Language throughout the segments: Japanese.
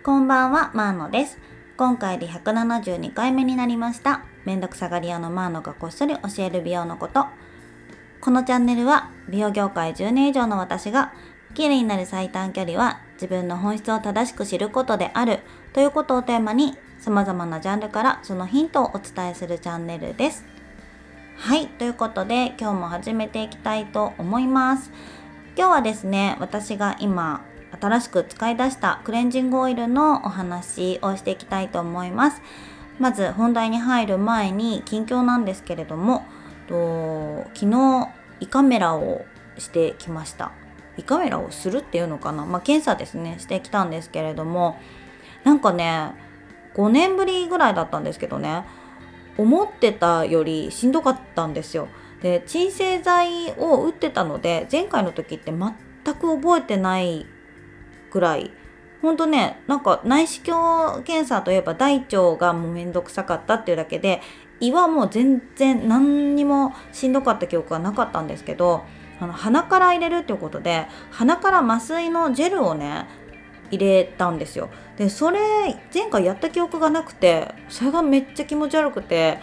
こんばんは、マーノです。今回で172回目になりました。めんどくさがり屋のマーノがこっそり教える美容のこと。このチャンネルは美容業界10年以上の私が綺麗になる最短距離は自分の本質を正しく知ることであるということをテーマに様々なジャンルからそのヒントをお伝えするチャンネルです。はい、ということで今日も始めていきたいと思います。今日はですね、私が今新しく使い出したクレンジングオイルのお話をしていきたいと思います。まず本題に入る前に近況なんですけれども、昨日胃カメラをしてきました。胃カメラをするっていうのかな、検査ですね、してきたんですけれども、なんかね5年ぶりぐらいだったんですけどね、思ってたよりしんどかったんですよ。で、鎮静剤を打ってたので前回の時って全く覚えてないくらい、ほんとね、なんか内視鏡検査といえば大腸がもうめんどくさかったっていうだけで、胃はもう全然何にもしんどかった記憶がなかったんですけど、鼻から入れるっていうことで鼻から麻酔のジェルをね入れたんですよ。で、それ前回やった記憶がなくて、それがめっちゃ気持ち悪くて、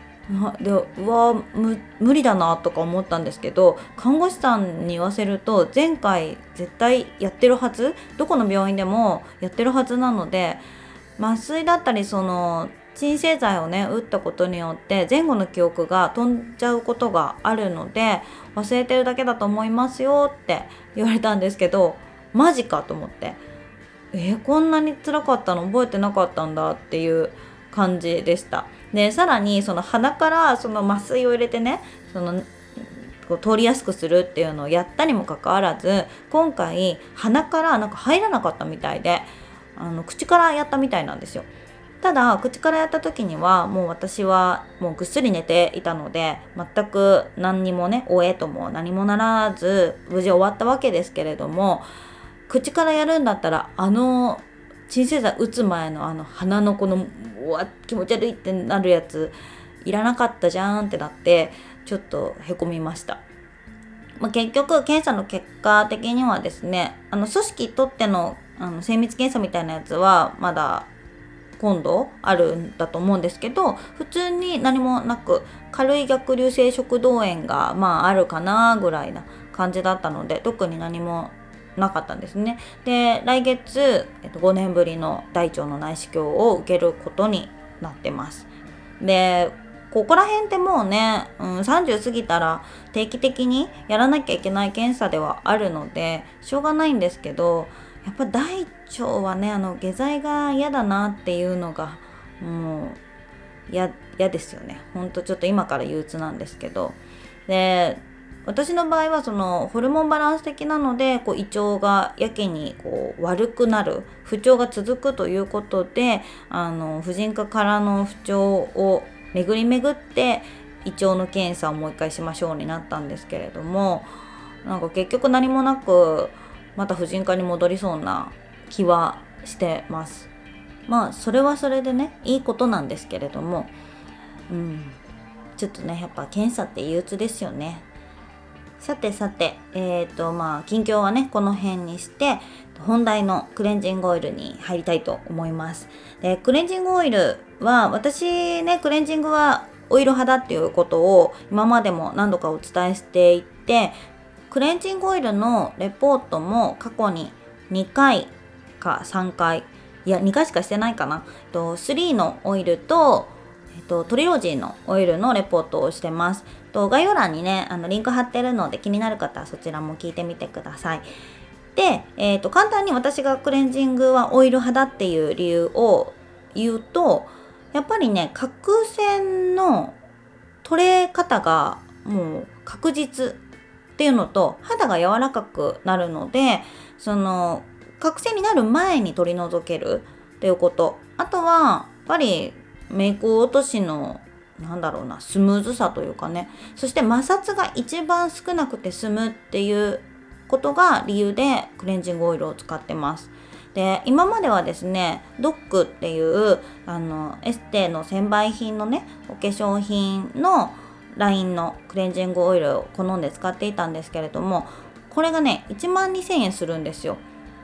無理だなとか思ったんですけど、看護師さんに言わせると前回絶対やってるはず、どこの病院でもやってるはずなので、麻酔だったりその鎮静剤をね打ったことによって前後の記憶が飛んじゃうことがあるので、忘れてるだけだと思いますよって言われたんですけど、マジかと思って、こんなに辛かったの覚えてなかったんだっていう感じでした。で、さらにその鼻からその麻酔を入れてね、こう通りやすくするっていうのをやったにもかかわらず、今回鼻からなんか入らなかったみたいで、口からやったみたいなんですよ。ただ口からやった時にはもう私はもうぐっすり寝ていたので、全く何にもねとも何もならず無事終わったわけですけれども、口からやるんだったら鎮静剤打つ前の鼻のこの気持ち悪いってなるやついらなかったじゃんってなって、ちょっとへこみました。結局検査の結果的にはですね、組織取っての精密検査みたいなやつはまだ今度あるんだと思うんですけど、普通に何もなく軽い逆流性食道炎があるかなぐらいな感じだったので、特に何もなかったんですね。で、来月、5年ぶりの大腸の内視鏡を受けることになってます。で、ここら辺ってもうね、30過ぎたら定期的にやらなきゃいけない検査ではあるのでしょうがないんですけど、やっぱ大腸はね、下剤が嫌だなっていうのがもう嫌ですよね。ほんとちょっと今から憂鬱なんですけど、で、私の場合はそのホルモンバランス的なので、胃腸がやけに悪くなる、不調が続くということで、婦人科からの不調を巡り巡って胃腸の検査をもう一回しましょうになったんですけれども、なんか結局何もなくまた婦人科に戻りそうな気はしてます。それはそれでねいいことなんですけれども、ちょっとねやっぱ検査って憂鬱ですよね。さて近況はねこの辺にして、本題のクレンジングオイルに入りたいと思います。で、クレンジングオイルは私ね、クレンジングはオイル派だっていうことを今までも何度かお伝えしていて、クレンジングオイルのレポートも過去に2回か3回、2回しかしてないかな、3のオイルとトリロジーのオイルのレポートをしてます。概要欄にねリンク貼ってるので、気になる方はそちらも聞いてみてください。で、簡単に私がクレンジングはオイル派だっていう理由を言うと、やっぱりね角栓の取れ方がもう確実っていうのと、肌が柔らかくなるので、その角栓になる前に取り除けるっていうこと、あとはやっぱりメイク落としのスムーズさというかね、そして摩擦が一番少なくて済むっていうことが理由でクレンジングオイルを使ってます。で、今まではですね、ドックっていうエステの専売品のねお化粧品のラインのクレンジングオイルを好んで使っていたんですけれども、これがね1万2000円するんですよ。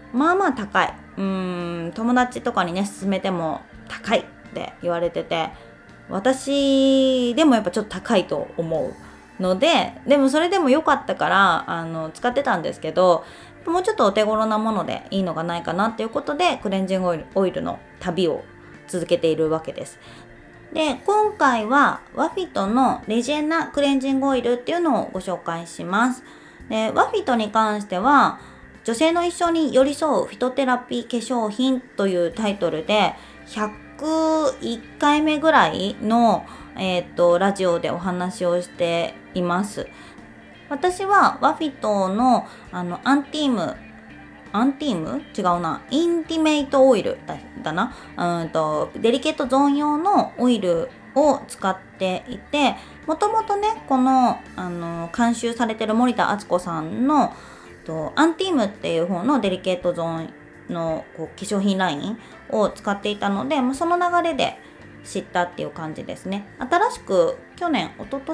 まあまあ高い。友達とかにね勧めても高いって言われてて、私でもやっぱちょっと高いと思うので、でもそれでも良かったから使ってたんですけど、もうちょっとお手頃なものでいいのがないかなっていうことでクレンジングオイルの旅を続けているわけです。で、今回はワフィトのレジェンナクレンジングオイルっていうのをご紹介します。で、ワフィトに関しては女性の一生に寄り添うフィトテラピー化粧品というタイトルで101回目ぐらいの、ラジオでお話をしています。私はワフィトのアンティーム違うな、インティメイトオイルだな、デリケートゾーン用のオイルを使っていて、もともとねこの、監修されてる森田敦子さんのアンティームっていう方のデリケートゾーンの化粧品ラインを使っていたので、その流れで知ったっていう感じですね。新しく去年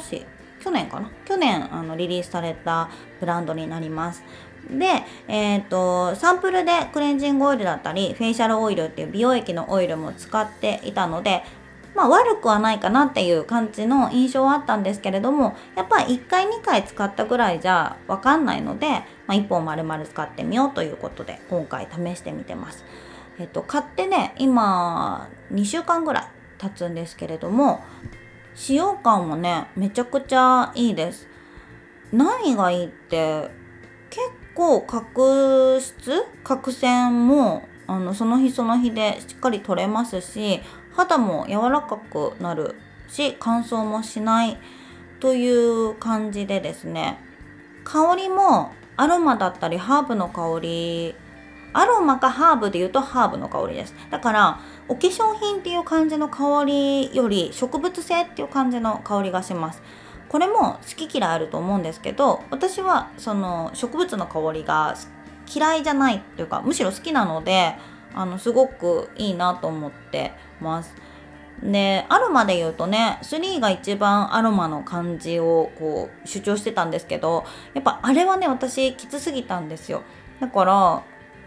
リリースされたブランドになります。で、サンプルでクレンジングオイルだったりフェイシャルオイルっていう美容液のオイルも使っていたので、悪くはないかなっていう感じの印象はあったんですけれども、やっぱり1回2回使ったぐらいじゃ分かんないので、1本丸々使ってみようということで今回試してみてます。買ってね今2週間ぐらい経つんですけれども、使用感はねめちゃくちゃいいです。何がいいって結構角栓もその日その日でしっかり取れますし、肌も柔らかくなるし乾燥もしないという感じでですね、香りもアロマだったりハーブの香り、アロマかハーブで言うとハーブの香りです。だからお化粧品っていう感じの香りより植物性っていう感じの香りがします。これも好き嫌いあると思うんですけど、私はその植物の香りが嫌いじゃないというか、むしろ好きなのですごくいいなと思ってます。で、アロマで言うとね3が一番アロマの感じを主張してたんですけど、やっぱあれはね私きつすぎたんですよ。だから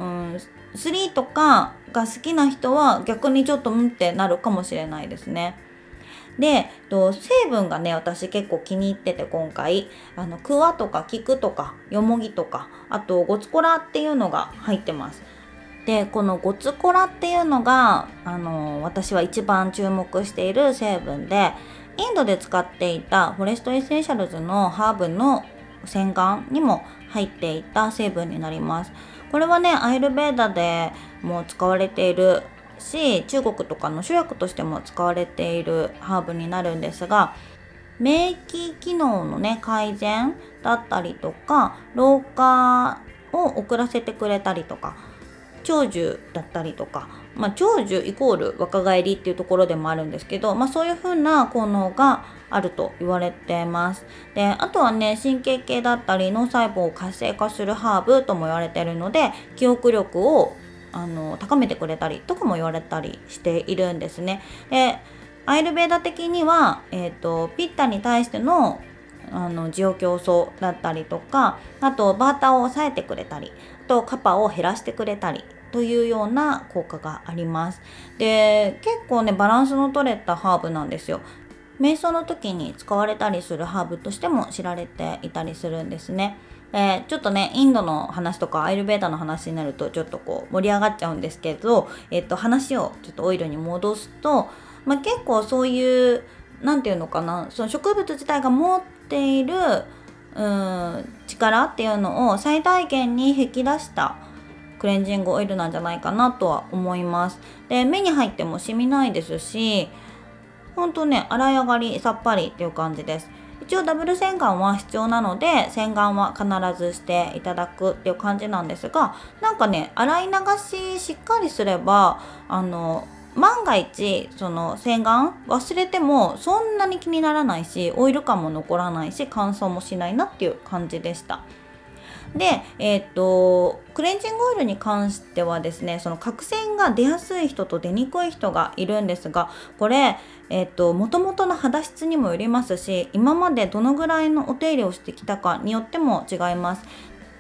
3とかが好きな人は逆にちょっとってなるかもしれないですね。で、成分がね私結構気に入ってて、今回クワとかキクとかヨモギとか、あとゴツコラっていうのが入ってます。で、このゴツコラっていうのが私は一番注目している成分で、インドで使っていたフォレストエッセンシャルズのハーブの洗顔にも入っていた成分になります。これはねアイルベーダでも使われているし、中国とかの主薬としても使われているハーブになるんですが、免疫機能のね改善だったりとか、老化を遅らせてくれたりとか、長寿だったりとか、長寿イコール若返りっていうところでもあるんですけど、そういう風な効能があると言われてます。で、あとはね神経系だったり脳細胞を活性化するハーブとも言われているので、記憶力を高めてくれたりとかも言われたりしているんですね。で、アイルベーダ的には、ピッタに対しての需要競争だったりとか、あとバータを抑えてくれたり、あとカパを減らしてくれたりというような効果があります。で、結構ねバランスの取れたハーブなんですよ。瞑想の時に使われたりするハーブとしても知られていたりするんですね。ちょっとねインドの話とかアイルベーダの話になるとちょっと盛り上がっちゃうんですけど、話をちょっとオイルに戻すと、結構そういうなんていうのかな、その植物自体が持っている力っていうのを最大限に引き出したクレンジングオイルなんじゃないかなとは思います。で、目に入っても染みないですし、ほんとね洗い上がりさっぱりっていう感じです。一応ダブル洗顔は必要なので洗顔は必ずしていただくっていう感じなんですが、なんかね洗い流ししっかりすれば万が一その洗顔忘れてもそんなに気にならないし、オイル感も残らないし乾燥もしないなっていう感じでした。で、クレンジングオイルに関してはですね、その角栓が出やすい人と出にくい人がいるんですが、これ元々の肌質にもよりますし、今までどのぐらいのお手入れをしてきたかによっても違います。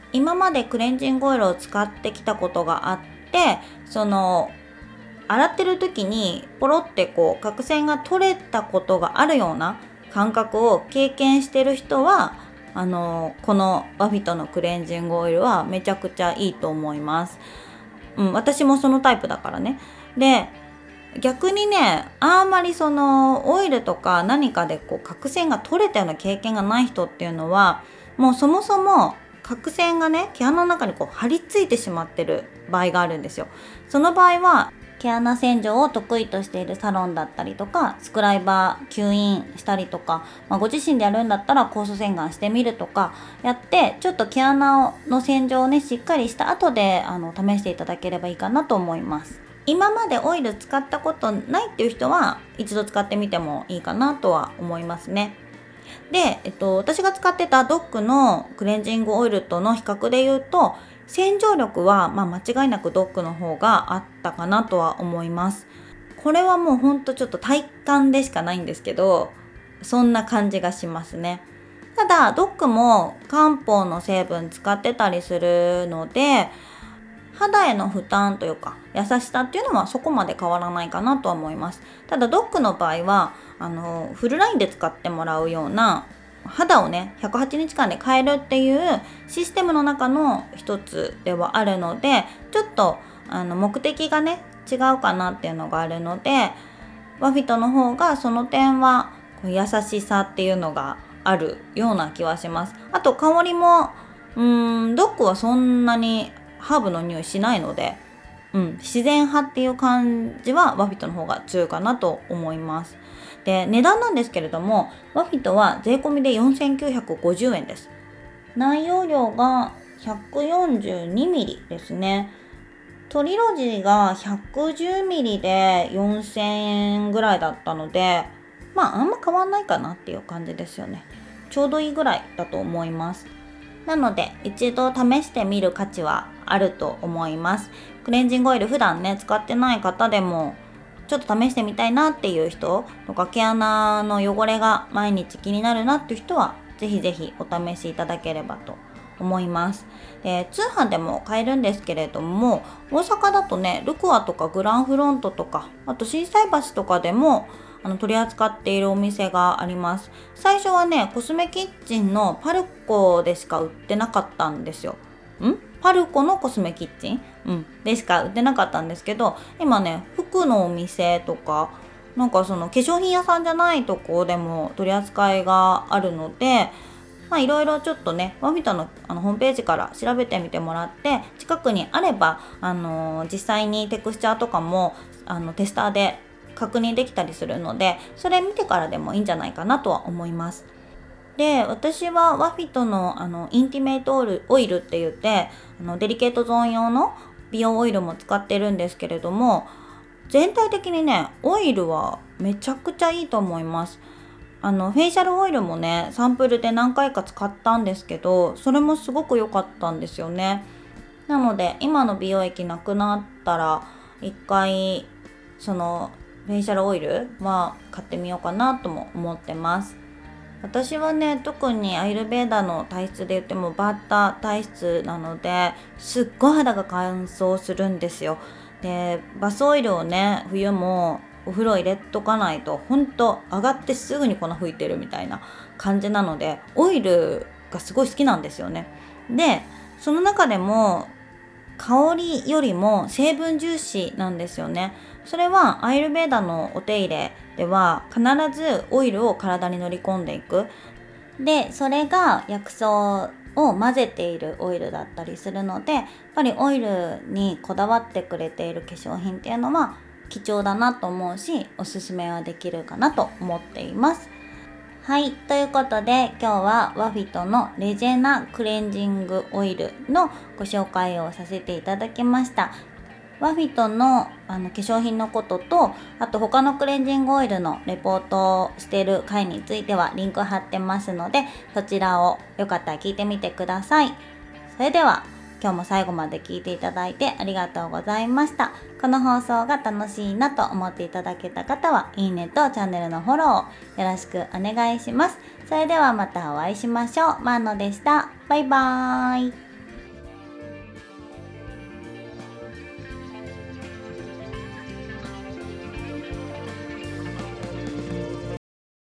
今までクレンジングオイルを使ってきたことがあって、洗ってる時にポロって角栓が取れたことがあるような感覚を経験してる人はこのバフィトのクレンジングオイルはめちゃくちゃいいと思います。私もそのタイプだからね。で、逆にね、あんまりオイルとか何かで角栓が取れたような経験がない人っていうのは、もうそもそも角栓がね、毛穴の中に張り付いてしまってる場合があるんですよ。その場合は毛穴洗浄を得意としているサロンだったりとか、スクライバー吸引したりとか、ご自身でやるんだったら酵素洗顔してみるとかやって、ちょっと毛穴の洗浄をねしっかりした後で試していただければいいかなと思います。今までオイル使ったことないっていう人は一度使ってみてもいいかなとは思いますね。で、私が使ってたドックのクレンジングオイルとの比較で言うと、洗浄力は間違いなくドックの方があったかなとは思います。これはもうほんとちょっと体感でしかないんですけど、そんな感じがしますね。ただドックも漢方の成分使ってたりするので、肌への負担というか優しさっていうのはそこまで変わらないかなとは思います。ただドックの場合はフルラインで使ってもらうような、肌をね108日間で変えるっていうシステムの中の一つではあるので、ちょっと目的がね違うかなっていうのがあるので、ワフィトの方がその点は優しさっていうのがあるような気はします。あと香りもドックはそんなにハーブの匂いしないので、自然派っていう感じはワフィトの方が強いかなと思います。で、値段なんですけれども、ワフィトは税込みで4950円です。内容量が 142ml ですね。トリロジーが 110ml で4000円ぐらいだったので、あんま変わんないかなっていう感じですよね。ちょうどいいぐらいだと思います。なので一度試してみる価値はあると思います。クレンジングオイル普段ね使ってない方でもちょっと試してみたいなっていう人とか、毛穴の汚れが毎日気になるなっていう人はぜひぜひお試しいただければと思います。で、通販でも買えるんですけれども、大阪だとねルクアとかグランフロントとか、あと心斎橋とかでも取り扱っているお店があります。最初はねコスメキッチンのパルコでしか売ってなかったんですよ。パルコのコスメキッチン、でしか売ってなかったんですけど、今ね服のお店とか化粧品屋さんじゃないとこでも取り扱いがあるので、いろいろちょっとねワフィトのホームページから調べてみてもらって、近くにあれば実際にテクスチャーとかもテスターで確認できたりするので、それ見てからでもいいんじゃないかなとは思います。で、私はワフィトのインティメイトオイルって言ってデリケートゾーン用の美容オイルも使ってるんですけれども、全体的にねオイルはめちゃくちゃいいと思います。フェイシャルオイルもねサンプルで何回か使ったんですけど、それもすごく良かったんですよね。なので今の美容液なくなったら一回フェイシャルオイルは買ってみようかなとも思ってます。私はね特にアイルベーダの体質で言ってもバッタ体質なので、すっごい肌が乾燥するんですよ。で、バスオイルをね冬もお風呂入れとかないとほんと上がってすぐに粉吹いてるみたいな感じなので、オイルがすごい好きなんですよね。で、その中でも香りよりも成分重視なんですよね。それはアイルベーダのお手入れでは必ずオイルを体に乗り込んでいく。で、それが薬草を混ぜているオイルだったりするので、やっぱりオイルにこだわってくれている化粧品っていうのは貴重だなと思うし、おすすめはできるかなと思っています。はい、ということで今日はワフィトのレジェナクレンジングオイルのご紹介をさせていただきました。ワフィトの化粧品のことと、あと他のクレンジングオイルのレポートをしている回についてはリンク貼ってますので、そちらをよかったら聞いてみてください。それでは今日も最後まで聞いていただいてありがとうございました。この放送が楽しいなと思っていただけた方は、いいねとチャンネルのフォローをよろしくお願いします。それではまたお会いしましょう。マーノでした。バイバーイ。